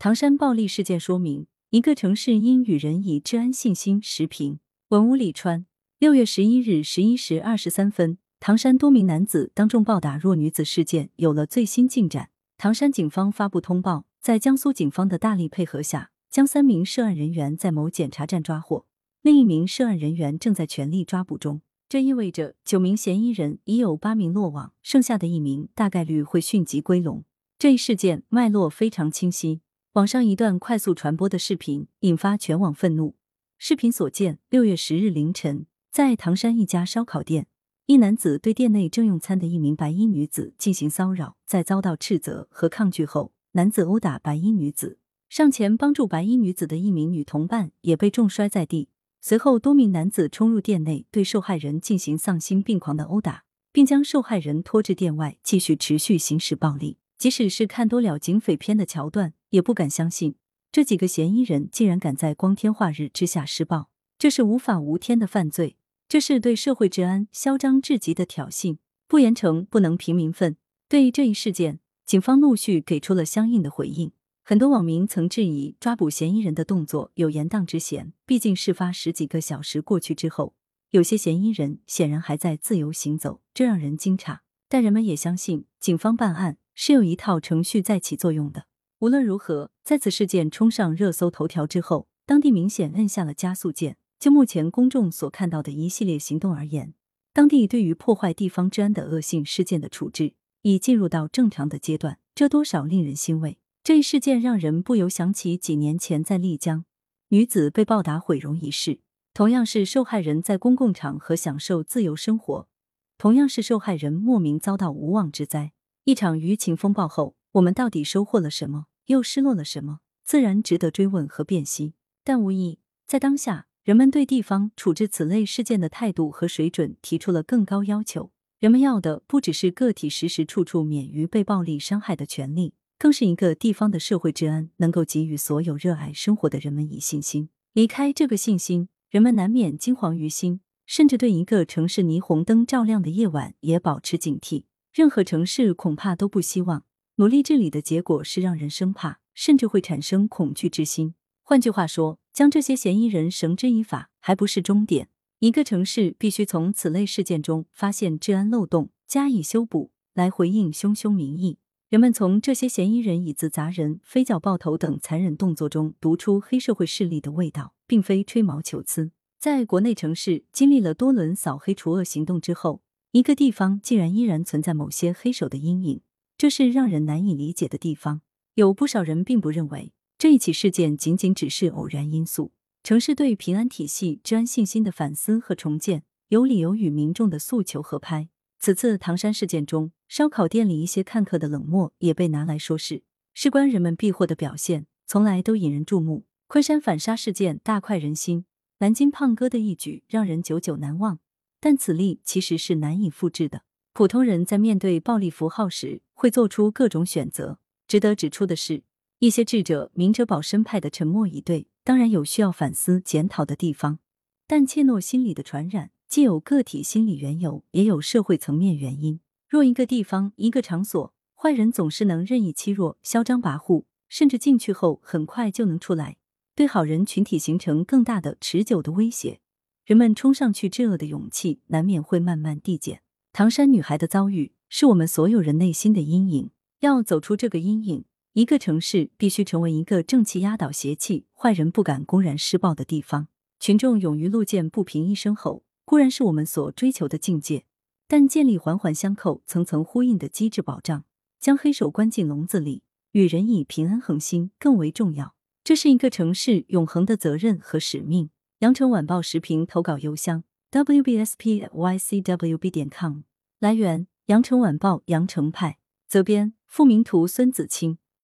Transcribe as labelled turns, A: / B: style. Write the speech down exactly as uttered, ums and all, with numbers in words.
A: 唐山暴力事件说明，一个城市应与人以治安信心持平。文武里川，六月十一日十一时二十三分，唐山多名男子当众暴打弱女子事件有了最新进展。唐山警方发布通报，在江苏警方的大力配合下，将三名涉案人员在某检查站抓获，另一名涉案人员正在全力抓捕中。这意味着九名嫌疑人已有八名落网，剩下的一名大概率会迅即归笼。这一事件脉络非常清晰。网上一段快速传播的视频引发全网愤怒。视频所见，六月十日凌晨，在唐山一家烧烤店，一男子对店内正用餐的一名白衣女子进行骚扰，在遭到斥责和抗拒后，男子殴打白衣女子。上前帮助白衣女子的一名女同伴也被重摔在地。随后多名男子冲入店内，对受害人进行丧心病狂的殴打，并将受害人拖至店外，继续持续行使暴力。即使是看多了警匪片的桥段，也不敢相信这几个嫌疑人竟然敢在光天化日之下施暴。这是无法无天的犯罪，这是对社会治安嚣张至极的挑衅，不严惩不能平民愤。对于这一事件，警方陆续给出了相应的回应。很多网民曾质疑抓捕嫌疑人的动作有延宕之嫌，毕竟事发十几个小时过去之后，有些嫌疑人显然还在自由行走，这让人惊诧。但人们也相信，警方办案是有一套程序在起作用的。无论如何，在此事件冲上热搜头条之后，当地明显摁下了加速键。就目前公众所看到的一系列行动而言，当地对于破坏地方治安的恶性事件的处置已进入到正常的阶段，这多少令人欣慰。这一事件让人不由想起几年前在丽江女子被暴打毁容一事，同样是受害人在公共场合享受自由生活，同样是受害人莫名遭到无妄之灾。一场舆情风暴后，我们到底收获了什么，又失落了什么，自然值得追问和辨析。但无疑，在当下，人们对地方处置此类事件的态度和水准提出了更高要求。人们要的不只是个体时时处处免于被暴力伤害的权利，更是一个地方的社会治安能够给予所有热爱生活的人们以信心。离开这个信心，人们难免惊惶于心，甚至对一个城市霓虹灯照亮的夜晚也保持警惕。任何城市恐怕都不希望努力治理的结果是让人生怕，甚至会产生恐惧之心。换句话说，将这些嫌疑人绳之以法还不是终点。一个城市必须从此类事件中发现治安漏洞，加以修补，来回应汹汹民意。人们从这些嫌疑人以自砸人、飞脚爆头等残忍动作中读出黑社会势力的味道，并非吹毛求疵。在国内城市经历了多轮扫黑除恶行动之后，一个地方竟然依然存在某些黑手的阴影，这是让人难以理解的地方。有不少人并不认为这一起事件仅仅只是偶然因素。城市对平安体系、治安信心的反思和重建，有理由与民众的诉求合拍。此次唐山事件中，烧烤店里一些看客的冷漠也被拿来说事，事关人们避祸的表现，从来都引人注目。昆山反杀事件大快人心，南京胖哥的一举让人久久难忘，但此例其实是难以复制的。普通人在面对暴力符号时会做出各种选择。值得指出的是，一些智者明哲保身派的沉默以对，当然有需要反思检讨的地方，但怯懦心理的传染既有个体心理缘由，也有社会层面原因。若一个地方一个场所，坏人总是能任意欺弱、嚣张跋扈，甚至进去后很快就能出来，对好人群体形成更大的持久的威胁，人们冲上去制恶的勇气难免会慢慢递减。唐山女孩的遭遇是我们所有人内心的阴影，要走出这个阴影，一个城市必须成为一个正气压倒邪气、坏人不敢公然施暴的地方。群众勇于路见不平一声吼，固然是我们所追求的境界，但建立环环相扣、层层呼应的机制保障，将黑手关进笼子里，与人以平安恒心更为重要。这是一个城市永恒的责任和使命。羊城晚报时评投稿邮箱 w b s p at y c w b 点 com。 来源：羊城晚报羊城派，责编：付明图孙子清。